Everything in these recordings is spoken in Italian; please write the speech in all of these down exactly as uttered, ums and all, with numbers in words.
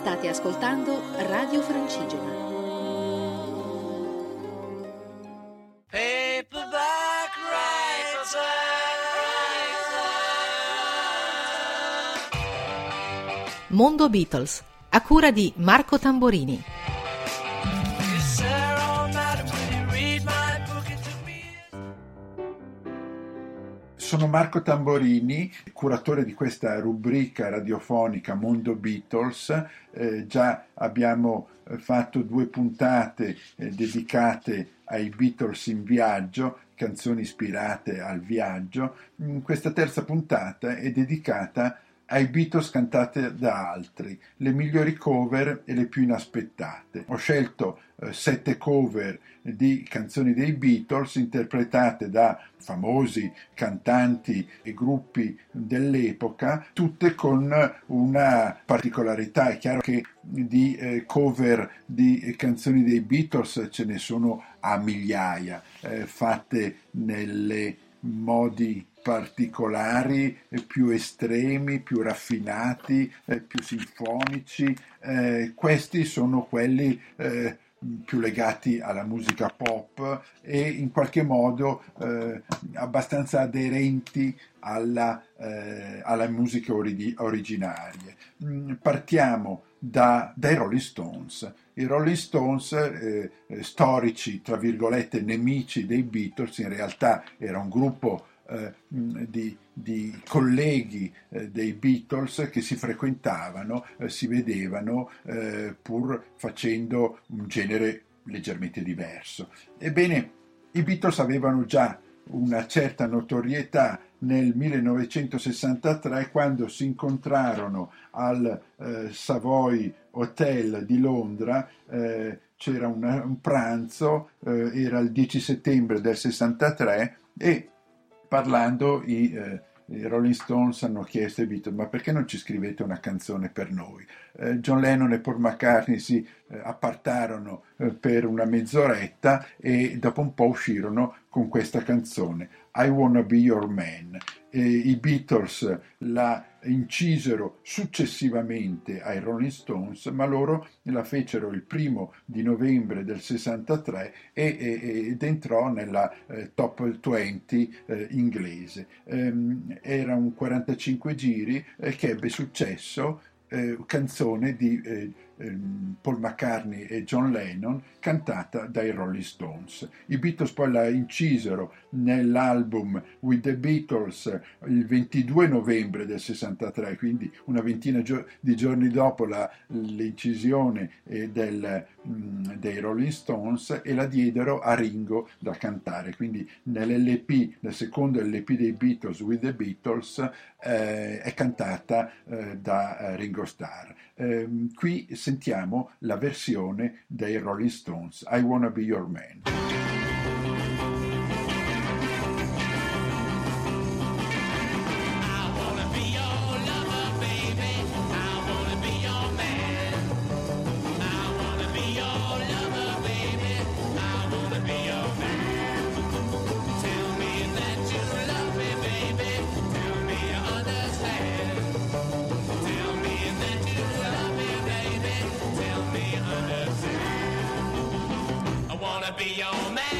State ascoltando Radio Francigena. Paperback writer. Mondo Beatles, a cura di Marco Tamborini. Sono Marco Tamborini, curatore di questa rubrica radiofonica Mondo Beatles. Eh, già abbiamo fatto due puntate eh, dedicate ai Beatles in viaggio, canzoni ispirate al viaggio. In questa terza puntata è dedicata ai Beatles cantate da altri, le migliori cover e le più inaspettate. Ho scelto eh, sette cover di canzoni dei Beatles interpretate da famosi cantanti e gruppi dell'epoca, tutte con una particolarità. È chiaro che di eh, cover di canzoni dei Beatles ce ne sono a migliaia, eh, fatte nelle modi particolari, più estremi, più raffinati, eh, più sinfonici. Eh, questi sono quelli eh, più legati alla musica pop e in qualche modo eh, abbastanza aderenti alla, eh, alla musica ori- originarie. Mm, partiamo da, dai Rolling Stones. I Rolling Stones, eh, storici, tra virgolette, nemici dei Beatles, in realtà era un gruppo eh, di, di colleghi eh, dei Beatles che si frequentavano, eh, si vedevano, eh, pur facendo un genere leggermente diverso. Ebbene, i Beatles avevano già una certa notorietà nel millenovecentosessantatré, quando si incontrarono al eh, Savoy Hotel di Londra. Eh, c'era una, un pranzo, eh, era il dieci settembre del sessantatré, e parlando i, eh, i Rolling Stones hanno chiesto ai Beatles: ma perché non ci scrivete una canzone per noi? Eh, John Lennon e Paul McCartney si eh, appartarono eh, per una mezz'oretta e dopo un po' uscirono con questa canzone, I Wanna Be Your Man. E i Beatles la incisero successivamente ai Rolling Stones, ma loro la fecero il primo di novembre del sessantatré e, e, ed entrò nella eh, top venti eh, inglese. Ehm, era un quarantacinque giri eh, che ebbe successo, eh, canzone di eh, Paul McCartney e John Lennon, cantata dai Rolling Stones. I Beatles poi la incisero nell'album With the Beatles il ventidue novembre del sessantatré, quindi una ventina di giorni dopo la, l'incisione del, mh, dei Rolling Stones, e la diedero a Ringo da cantare. Quindi nell'L P, nel secondo L P dei Beatles, With the Beatles, eh, è cantata eh, da Ringo Starr. Eh, qui sentiamo la versione dei Rolling Stones, I Wanna Be Your Man. Be your man.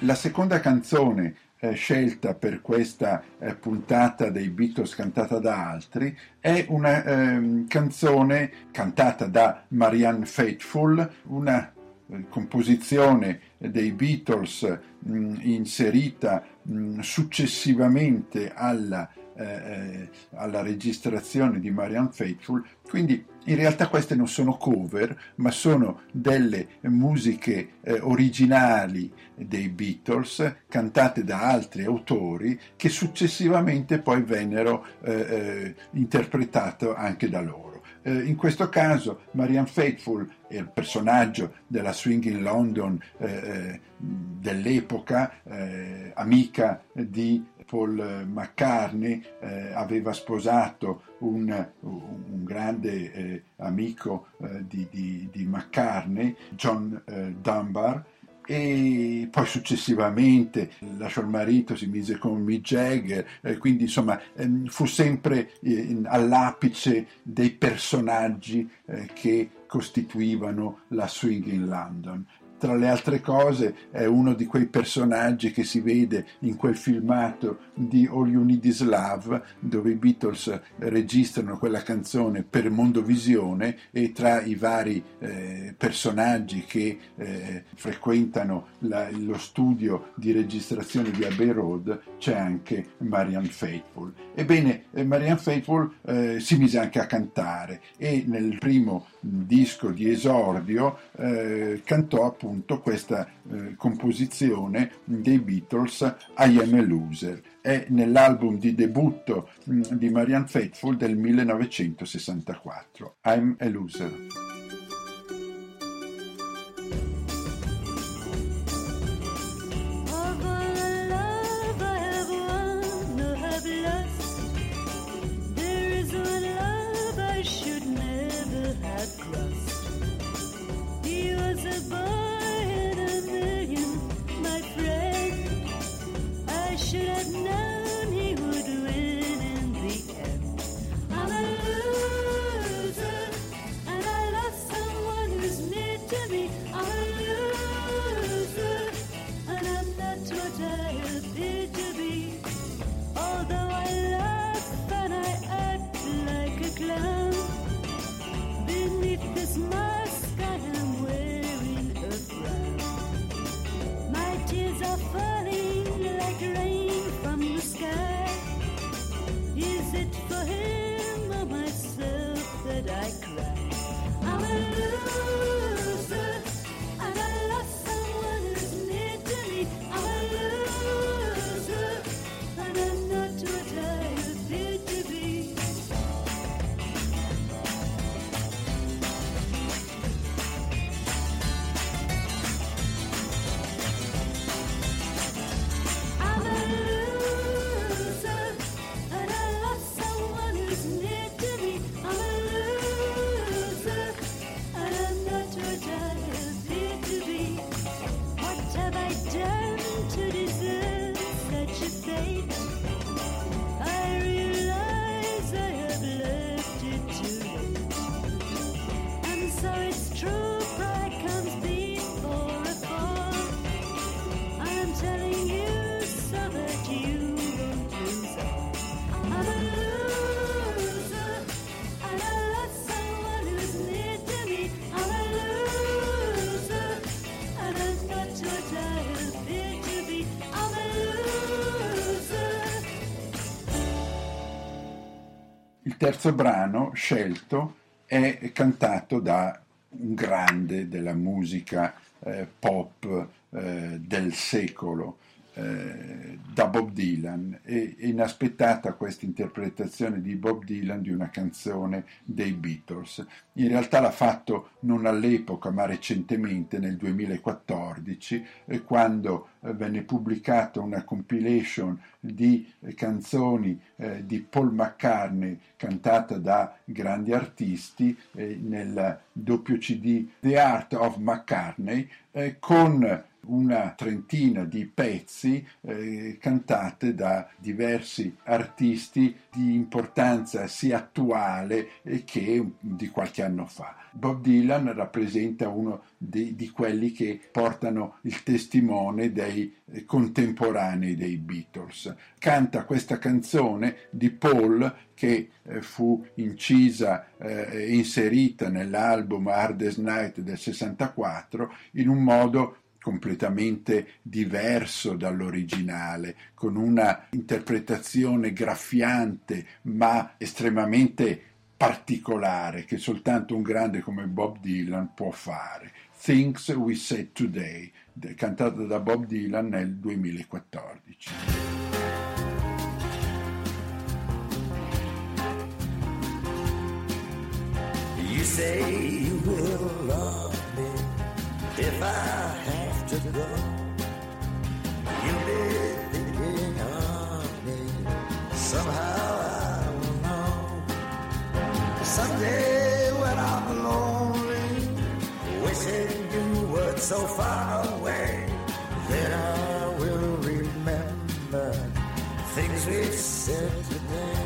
La seconda canzone eh, scelta per questa eh, puntata dei Beatles cantata da altri è una eh, canzone cantata da Marianne Faithfull, una eh, composizione dei Beatles mh, inserita mh, successivamente alla Eh, alla registrazione di Marianne Faithfull, quindi in realtà queste non sono cover, ma sono delle musiche eh, originali dei Beatles cantate da altri autori che successivamente poi vennero eh, eh, interpretate anche da loro. Eh, in questo caso Marianne Faithfull è il personaggio della Swing in London eh, dell'epoca, eh, amica di Paul McCartney, eh, aveva sposato un, un grande eh, amico eh, di, di, di McCartney, John eh, Dunbar, e poi successivamente lasciò il marito, si mise con Mick Jagger, eh, quindi insomma ehm, fu sempre eh, all'apice dei personaggi eh, che costituivano la Swing in London. Tra le altre cose è uno di quei personaggi che si vede in quel filmato di All You Need Is Love, dove i Beatles registrano quella canzone per Mondovisione, e tra i vari eh, personaggi che eh, frequentano la, lo studio di registrazione di Abbey Road c'è anche Marianne Faithfull. Ebbene, eh, Marianne Faithfull eh, si mise anche a cantare, e nel primo disco di esordio eh, cantò appunto questa eh, composizione dei Beatles, I Am a Loser. È nell'album di debutto mh, di Marianne Faithfull del millenovecentosessantaquattro, I'm a Loser. Il terzo brano scelto è cantato da un grande della musica eh, pop eh, del secolo, eh, da Bob Dylan. È inaspettata questa interpretazione di Bob Dylan di una canzone dei Beatles. In realtà l'ha fatto non all'epoca, ma recentemente, nel duemilaquattordici, eh, quando eh, venne pubblicata una compilation di eh, canzoni eh, di Paul McCartney cantata da grandi artisti eh, nel doppio C D The Art of McCartney, eh, con una trentina di pezzi eh, cantate da diversi artisti di importanza sia attuale eh, che di qualche anno fa. Bob Dylan rappresenta uno di, di quelli che portano il testimone dei eh, contemporanei dei Beatles. Canta questa canzone di Paul che eh, fu incisa e eh, inserita nell'album Hardest Night del sessantaquattro in un modo completamente diverso dall'originale, con una interpretazione graffiante ma estremamente particolare che soltanto un grande come Bob Dylan può fare. Things We Said Today, cantato da Bob Dylan nel duemilaquattordici. You say you will love me if I have to go. You'll be thinking of me. Somehow I will know. Someday when I'm lonely, wishing you were so far away, then I will remember things we said today.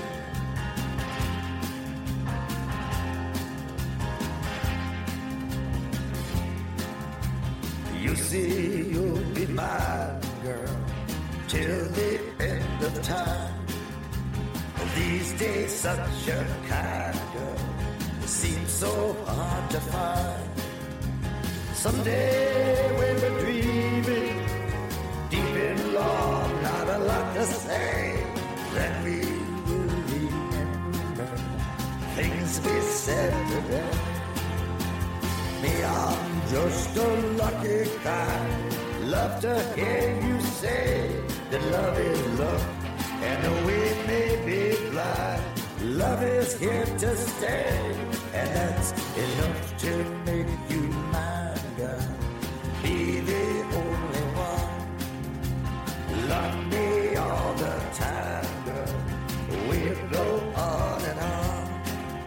You see, you'll be mine, girl, till the end of time. These days, such a kind girl seems so hard to find. Someday, when we're dreaming, deep in love, not a lot to say, then we will remember things we said today. Me, I'm just a lucky kind. Love to hear you say that love is love, and though we may be blind, love is here to stay, and that's enough to make you mine, girl. Be the only one. Love me all the time, girl. We'll go on and on.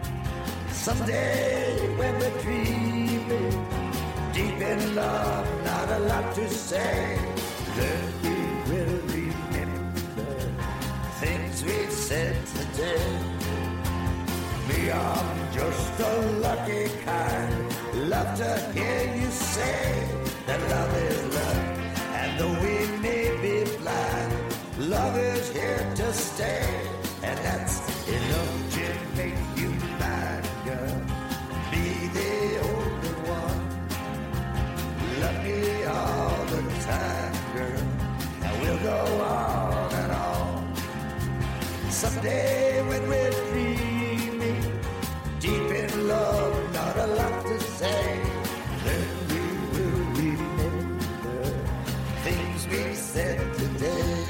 Someday when we're dreaming, deep in love, not a lot to say, then we will remember things we said today. Me, I'm just a lucky kind. Love to hear you say that love is love, and though we may be blind, love is here to stay, and that's enough to make you mine, girl. Be the only one. Love me all the time, girl, and we'll go on and on. Someday when we're dreaming, deep in love, not a lot to say, then we will remember things we said today.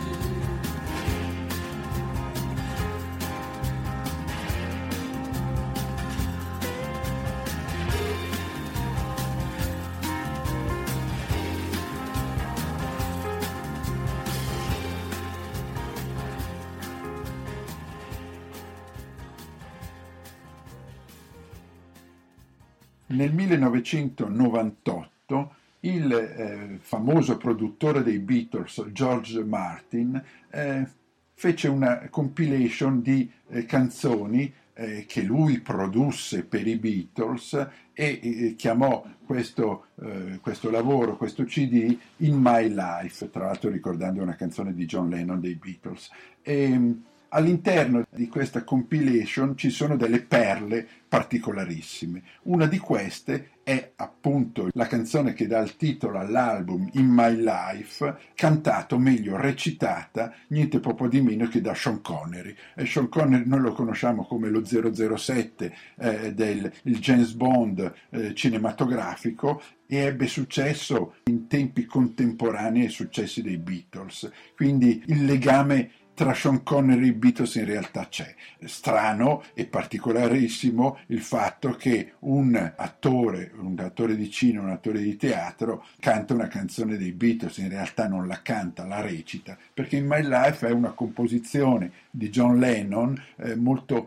Nel millenovecentonovantotto il eh, famoso produttore dei Beatles, George Martin, eh, fece una compilation di eh, canzoni eh, che lui produsse per i Beatles e eh, chiamò questo, eh, questo lavoro, questo C D, In My Life, tra l'altro ricordando una canzone di John Lennon dei Beatles. E, all'interno di questa compilation ci sono delle perle particolarissime. Una di queste è appunto la canzone che dà il titolo all'album, In My Life, cantato, meglio recitata, niente poco di meno che da Sean Connery. E Sean Connery noi lo conosciamo come lo zero zero sette eh, del il James Bond eh, cinematografico, e ebbe successo in tempi contemporanei ai successi dei Beatles. Quindi il legame tra Sean Connery e i Beatles in realtà c'è. Strano e particolarissimo il fatto che un attore, un attore di cinema, un attore di teatro canta una canzone dei Beatles, in realtà non la canta, la recita, perché In My Life è una composizione di John Lennon eh, molto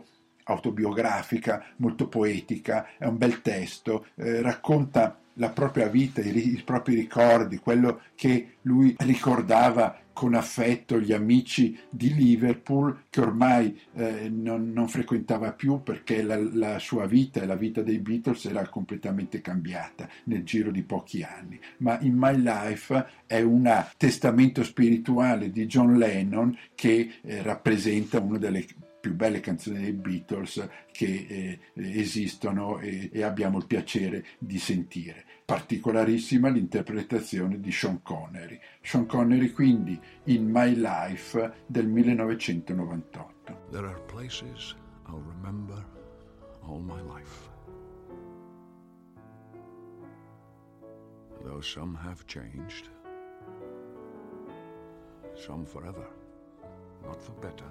autobiografica, molto poetica, è un bel testo, eh, racconta la propria vita, i, i propri ricordi, quello che lui ricordava con affetto gli amici di Liverpool che ormai eh, non, non frequentava più perché la, la sua vita e la vita dei Beatles era completamente cambiata nel giro di pochi anni. Ma In My Life è un testamento spirituale di John Lennon che eh, rappresenta una delle più belle canzoni dei Beatles che eh, esistono e, e abbiamo il piacere di sentire. Particolarissima l'interpretazione di Sean Connery. Sean Connery quindi In My Life del millenovecentonovantotto. There are places I'll remember all my life. Though some have changed, some forever, not for better.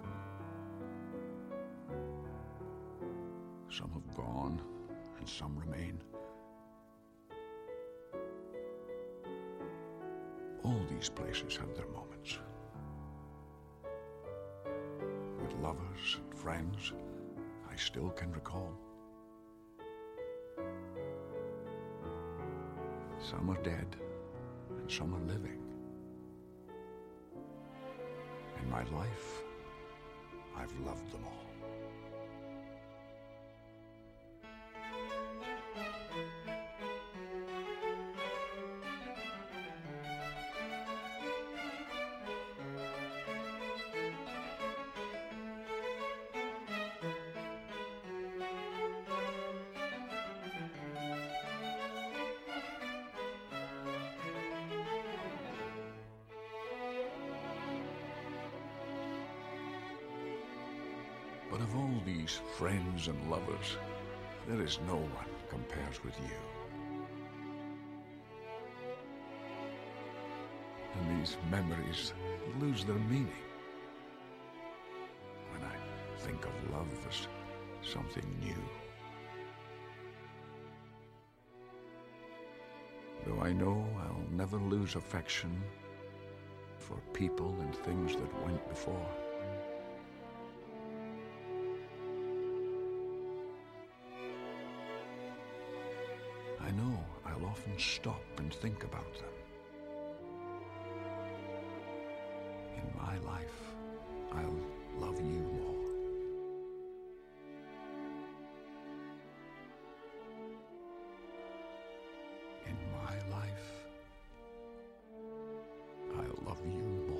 Some have gone and some remain. All these places have their moments. With lovers and friends I still can recall. Some are dead and some are living. In my life, I've loved them all. But of all these friends and lovers, there is no one compares with you. And these memories lose their meaning when I think of love as something new. Though I know I'll never lose affection for people and things that went before. I know I'll often stop and think about them. In my life, I'll love you more. In my life, I'll love you more.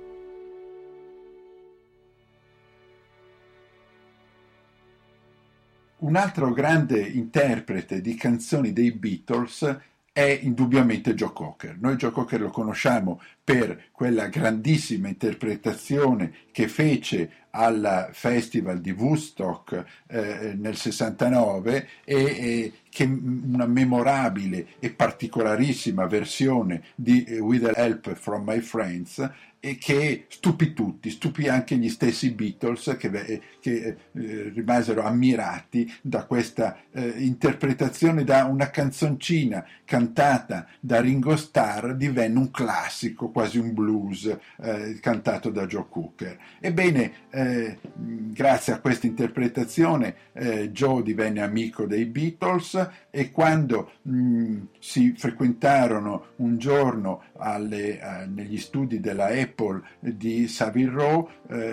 Un altro grande interprete di canzoni dei Beatles è indubbiamente Joe Cocker. Noi Joe Cocker lo conosciamo per quella grandissima interpretazione che fece al Festival di Woodstock eh, nel sessantanove e, e che una memorabile e particolarissima versione di With the Help from My Friends e che stupì tutti, stupì anche gli stessi Beatles che, che eh, rimasero ammirati da questa eh, interpretazione, da una canzoncina cantata da Ringo Starr divenne un classico, quasi un blues eh, cantato da Joe Cocker. Ebbene, eh, grazie a questa interpretazione eh, Joe divenne amico dei Beatles e quando mh, si frequentarono un giorno alle, eh, negli studi della Apple di Savile Row,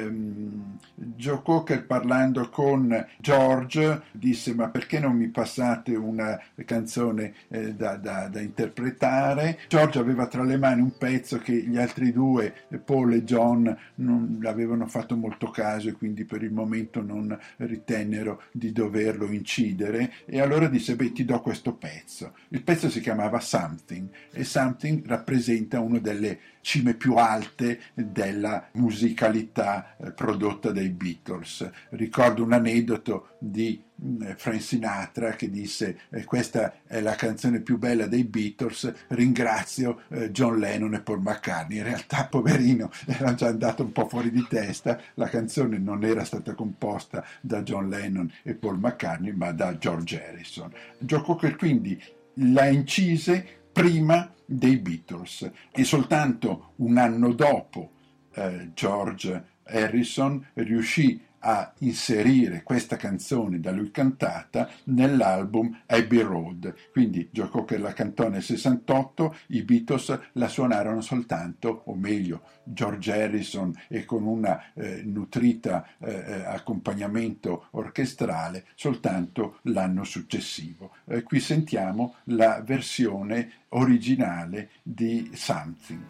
ehm, Joe Cocker parlando con George disse: ma perché non mi passate una canzone eh, da, da, da interpretare? George aveva tra le mani un pezzo che gli altri due, Paul e John, non avevano fatto molto caso e quindi per il momento non ritennero di doverlo incidere, e allora disse: beh, ti do questo pezzo. Il pezzo si chiamava Something e Something rappresenta una delle cime più alte della musicalità eh, prodotta dai Beatles. Ricordo un aneddoto di eh, Frank Sinatra che disse eh, questa è la canzone più bella dei Beatles, ringrazio eh, John Lennon e Paul McCartney. In realtà, poverino, era già andato un po' fuori di testa, la canzone non era stata composta da John Lennon e Paul McCartney ma da George Harrison. Joe Cocker quindi la incise prima dei Beatles e soltanto un anno dopo eh, George Harrison riuscì a inserire questa canzone da lui cantata nell'album Abbey Road. Quindi Joe Cocker la cantò nel sessantotto, i Beatles la suonarono soltanto, o meglio George Harrison, e con una eh, nutrita eh, accompagnamento orchestrale soltanto l'anno successivo. Eh, qui sentiamo la versione originale di Something.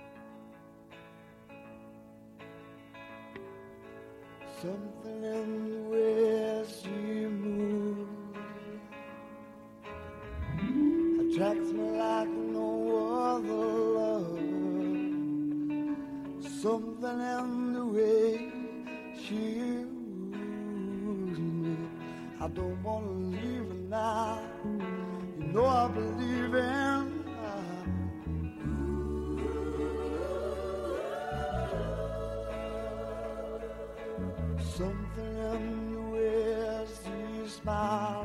Something in the way she moves attracts me like no other love. Something in the way she moves me, I don't want to leave her now. You know I believe in something in the way she smiles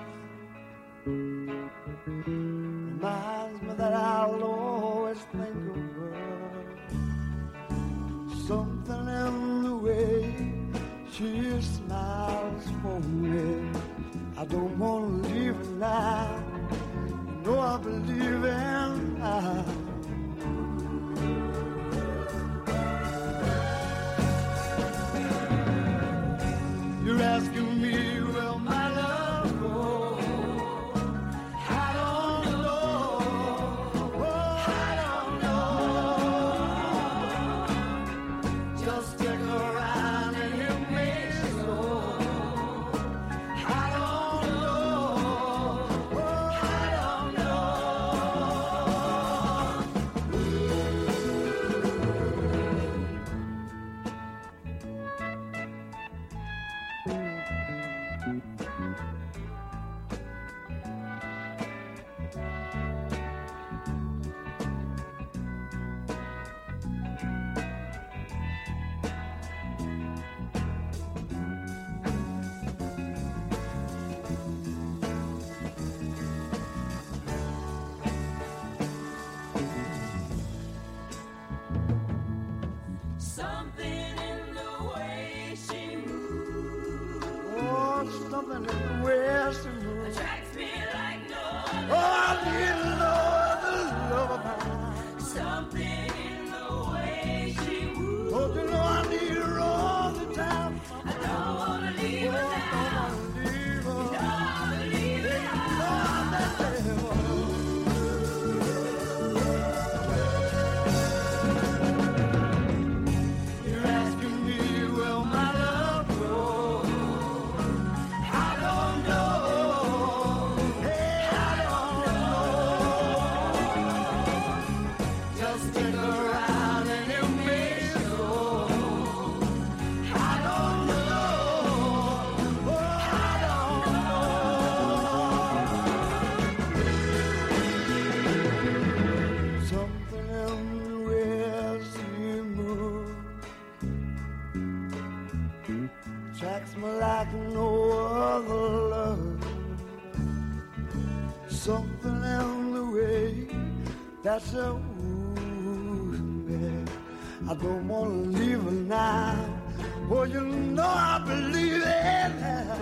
reminds me that I'll always think of her. Something in the way she smiles for me, I don't want to leave her now. You know I believe in her. You're asking me, will my love go? I don't know. Oh, I don't know. Just stick around and you may know. I don't know. Oh, I don't Something in the way she moves. Oh, something in the way she moves Attracts me like no other. Oh, I need to know the love of mine. Something in the way she moves. Oh, you know I need her all the time. I don't wanna leave her Oh, now. I don't wanna leave her. Don't wanna leave her now. Oh, that's it. You're asking me, will my love grow? I don't know. Hey, I don't know. Just stick around and you may know. I don't know. Oh, I don't know. Something in the way she moves attracts me like no other love. Something in the way that's so me. I don't want to leave her now. Oh, you know I believe in her.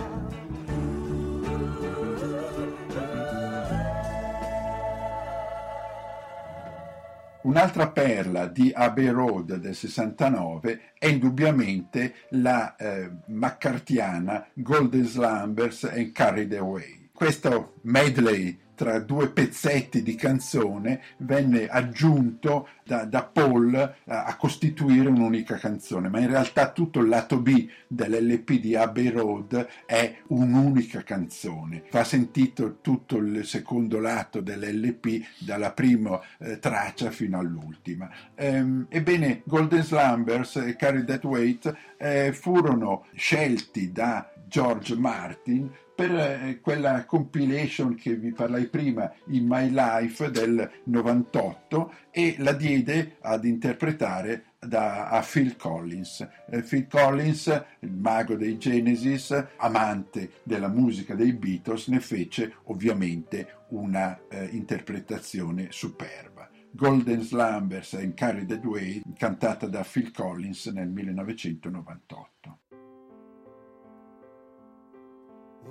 Un'altra perla di Abbey Road del sessantanove è indubbiamente la eh, McCarthyana Golden Slumbers and Carried Away. Questo medley tra due pezzetti di canzone venne aggiunto da, da Paul a, a costituire un'unica canzone, ma in realtà tutto il lato B dell'L P di Abbey Road è un'unica canzone. Va sentito tutto il secondo lato dell'L P dalla prima eh, traccia fino all'ultima. Ehm, ebbene, Golden Slumbers e Carry That Weight eh, furono scelti da George Martin per eh, quella compilation che vi parlai prima, In My Life del novantotto, e la diede ad interpretare da, a Phil Collins. Eh, Phil Collins, il mago dei Genesis, amante della musica dei Beatles, ne fece ovviamente una eh, interpretazione superba. Golden Slumbers and Carry That Weight, cantata da Phil Collins nel millenovecentonovantotto.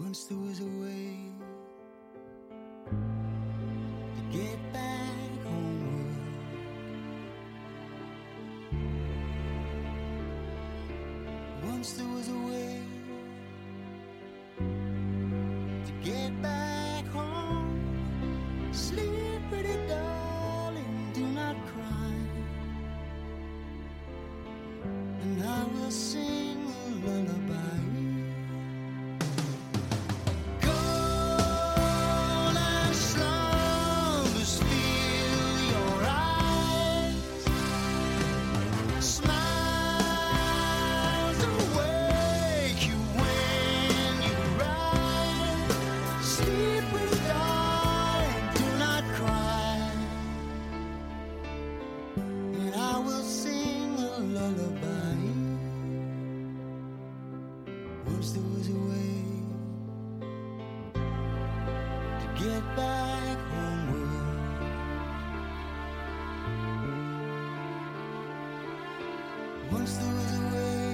Once there was a way to get back homeward. Once there was a way to get back home. Sleep, pretty darling, do not cry, and I will sing a lullaby. Get back homeward. Once there was a way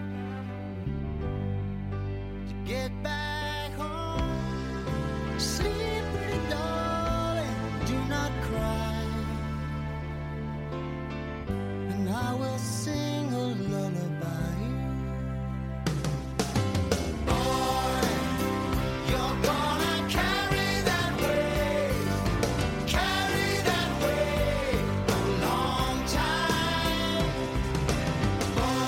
to get back home. Sleep, pretty darling, do not cry, and I will sing a lullaby. Boy,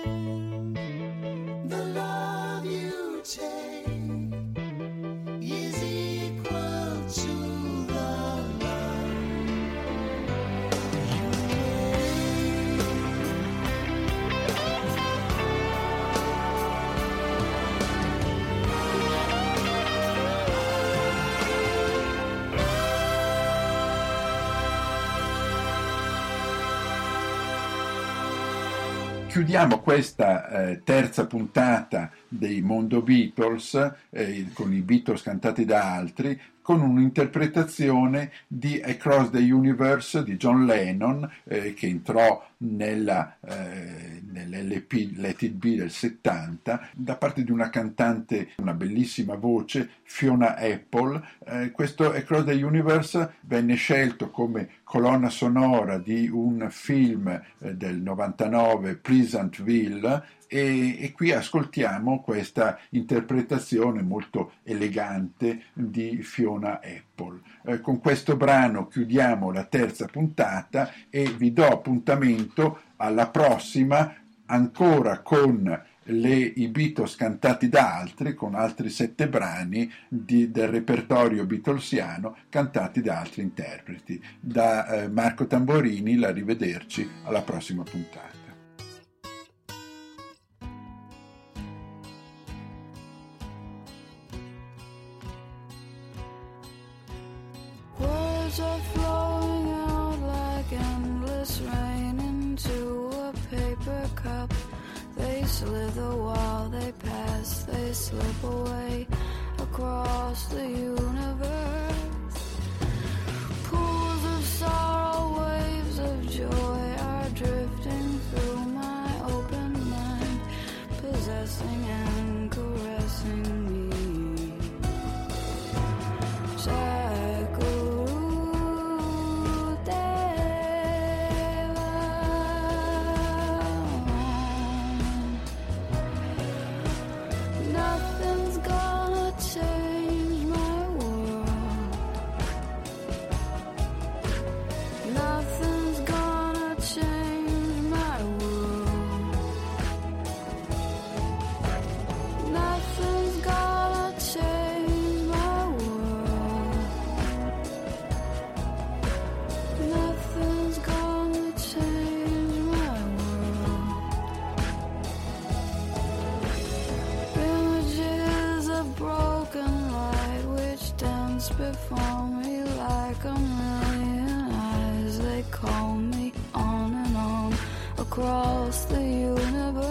The love you take is equal to the love you make. Chiudiamo questa eh, terza puntata dei Mondo Beatles, eh, con i Beatles cantati da altri, con un'interpretazione di Across the Universe di John Lennon, eh, che entrò nella, eh, nell'L P Let It Be del settanta, da parte di una cantante, una bellissima voce, Fiona Apple. Eh, questo Across the Universe venne scelto come colonna sonora di un film eh, del novantanove, Pleasantville, e, e qui ascoltiamo questa interpretazione molto elegante di Fiona Apple. Eh, con questo brano chiudiamo la terza puntata e vi do appuntamento alla prossima, ancora con le, i Beatles cantati da altri, con altri sette brani di, del repertorio beatlesiano cantati da altri interpreti. Da eh, Marco Tamborini, l'arrivederci alla prossima puntata. Words are flowing out like endless rain into a paper cup. They slither while they pass, they slip away across the universe. Pools of sorrow, waves of joy are drifting through my open mind, possessing and caressing me. Nothing's gonna change my world. Nothing's gonna change my world. Nothing's gonna change my world. Nothing's gonna change my world. Images of broken light which dance before me like a million eyes. They call me on and on across the universe.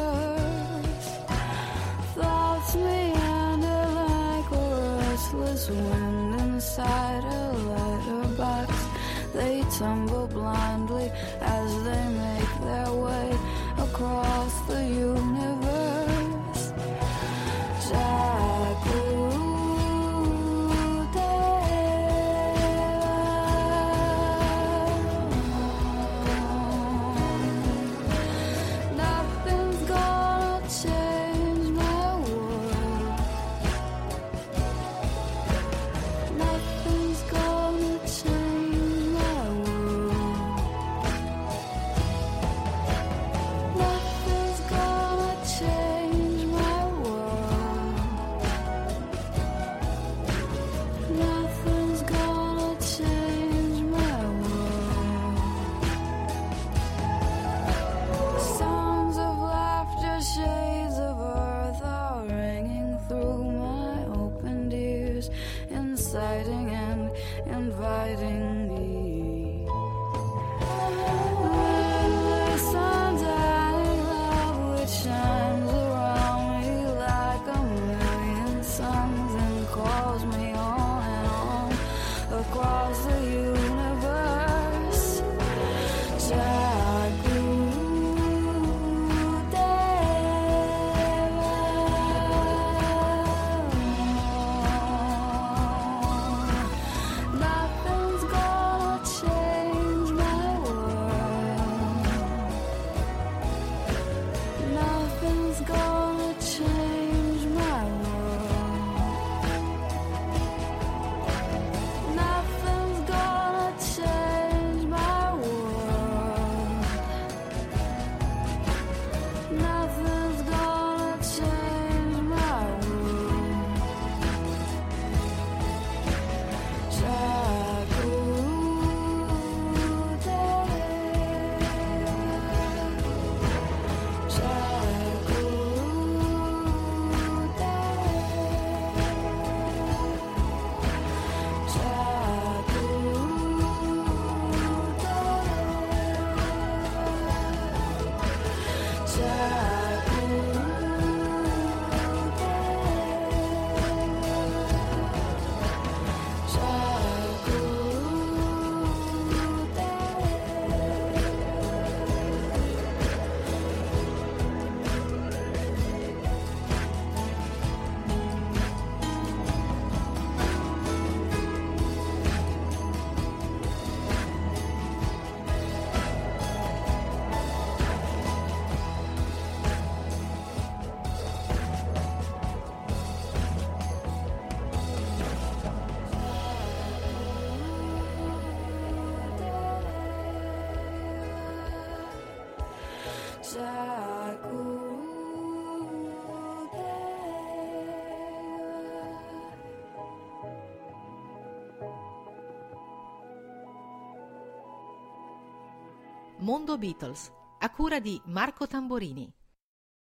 Thoughts meander like a restless wind inside a letterbox. They tumble blindly as they make their way across the universe. Nothing's gonna change my world. Nothing Mondo Beatles, a cura di Marco Tamborini.